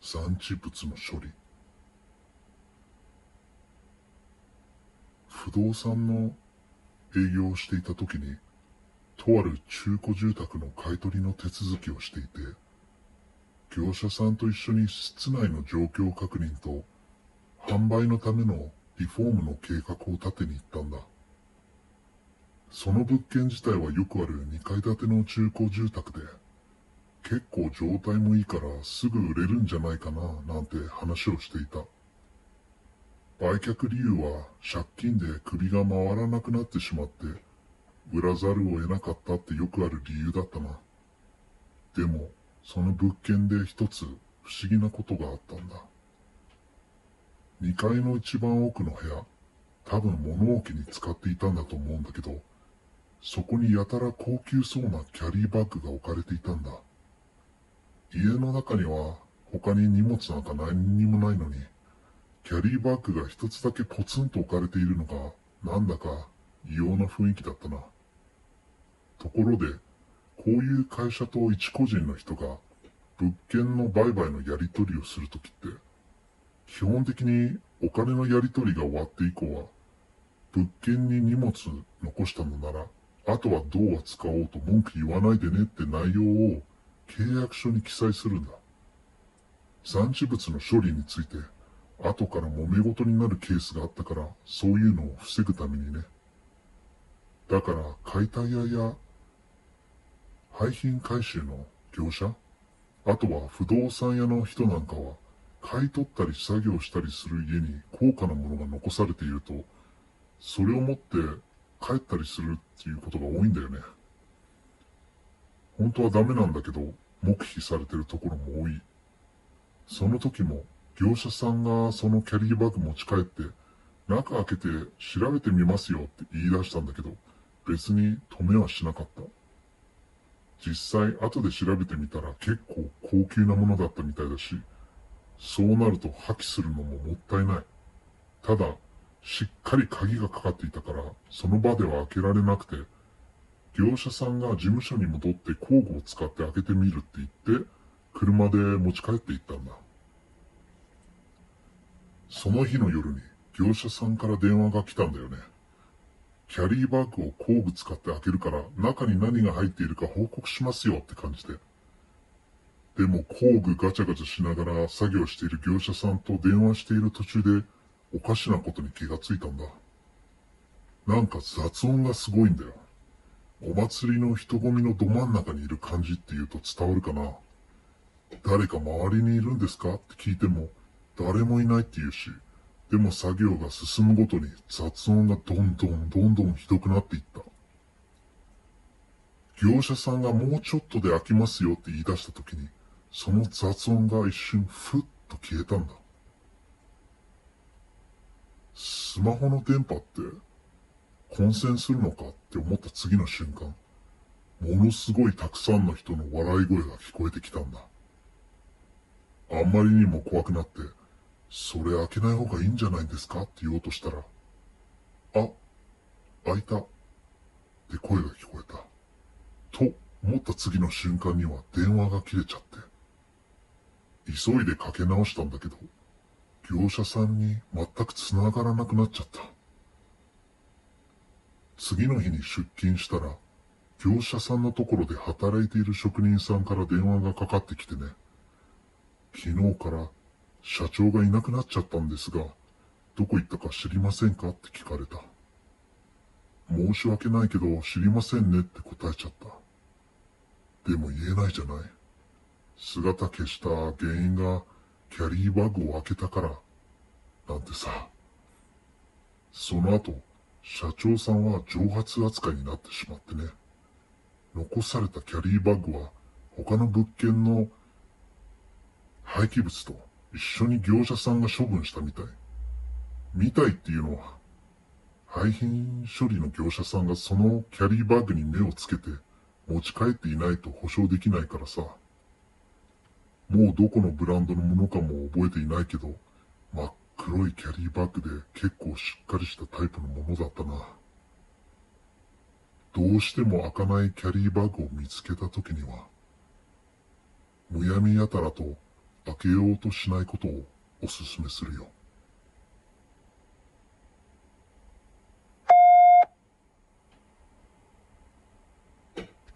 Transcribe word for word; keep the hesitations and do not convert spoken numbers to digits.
産地物の処理。不動産の営業をしていた時に、とある中古住宅の買い取りの手続きをしていて、業者さんと一緒に室内の状況確認と販売のためのリフォームの計画を立てに行ったんだ。その物件自体はよくあるにかい建ての中古住宅で、結構状態もいいからすぐ売れるんじゃないかななんて話をしていた。売却理由は借金で首が回らなくなってしまって売らざるを得なかったってよくある理由だったな。でもその物件で一つ不思議なことがあったんだ。にかいの一番奥の部屋、多分物置に使っていたんだと思うんだけど、そこにやたら高級そうなキャリーバッグが置かれていたんだ。家の中には他に荷物なんか何にもないのに、キャリーバッグが一つだけポツンと置かれているのがなんだか異様な雰囲気だったな。ところで、こういう会社と一個人の人が物件の売買のやり取りをするときって、基本的にお金のやり取りが終わって以降は、物件に荷物残したのなら、あとはどう扱おうと文句言わないでねって内容を契約書に記載するんだ。産地物の処理について、後から揉め事になるケースがあったから、そういうのを防ぐためにね。だから、解体屋や廃品回収の業者、あとは不動産屋の人なんかは、買い取ったり作業したりする家に高価なものが残されていると、それを持って帰ったりするっていうことが多いんだよね。本当はダメなんだけど、黙秘されてるところも多い。その時も、業者さんがそのキャリーバッグ持ち帰って、中開けて調べてみますよって言い出したんだけど、別に止めはしなかった。実際後で調べてみたら結構高級なものだったみたいだし、そうなると破棄するのももったいない。ただ、しっかり鍵がかかっていたから、その場では開けられなくて、業者さんが事務所に戻って工具を使って開けてみるって言って、車で持ち帰っていったんだ。その日の夜に業者さんから電話が来たんだよね。キャリーバッグを工具使って開けるから中に何が入っているか報告しますよって感じで。でも工具ガチャガチャしながら作業している業者さんと電話している途中でおかしなことに気がついたんだ。なんか雑音がすごいんだよ。お祭りの人混みのど真ん中にいる感じって言うと伝わるかな。誰か周りにいるんですかって聞いても誰もいないって言うし、でも作業が進むごとに雑音がどんどんどんどんひどくなっていった。業者さんがもうちょっとで開きますよって言い出した時に、その雑音が一瞬ふっと消えたんだ。スマホの電波って混線するのかって思った次の瞬間、ものすごいたくさんの人の笑い声が聞こえてきたんだ。あんまりにも怖くなって、それ開けない方がいいんじゃないんですかって言おうとしたら、あ、開いたって声が聞こえた。と思った次の瞬間には電話が切れちゃって、急いでかけ直したんだけど、業者さんに全く繋がらなくなっちゃった。次の日に出勤したら、業者さんのところで働いている職人さんから電話がかかってきてね、昨日から社長がいなくなっちゃったんですが、どこ行ったか知りませんかって聞かれた。申し訳ないけど知りませんねって答えちゃった。でも言えないじゃない。姿消した原因がキャリーバッグを開けたから、なんてさ。その後、社長さんは蒸発扱いになってしまってね。残されたキャリーバッグは他の物件の廃棄物と一緒に業者さんが処分したみたい。みたいっていうのは、廃品処理の業者さんがそのキャリーバッグに目をつけて持ち帰っていないと保証できないからさ。もうどこのブランドのものかも覚えていないけど、真っ黒いキャリーバッグで結構しっかりしたタイプのものだったな。どうしても開かないキャリーバッグを見つけた時には、むやみやたらと開けようとしないことをお勧めするよ。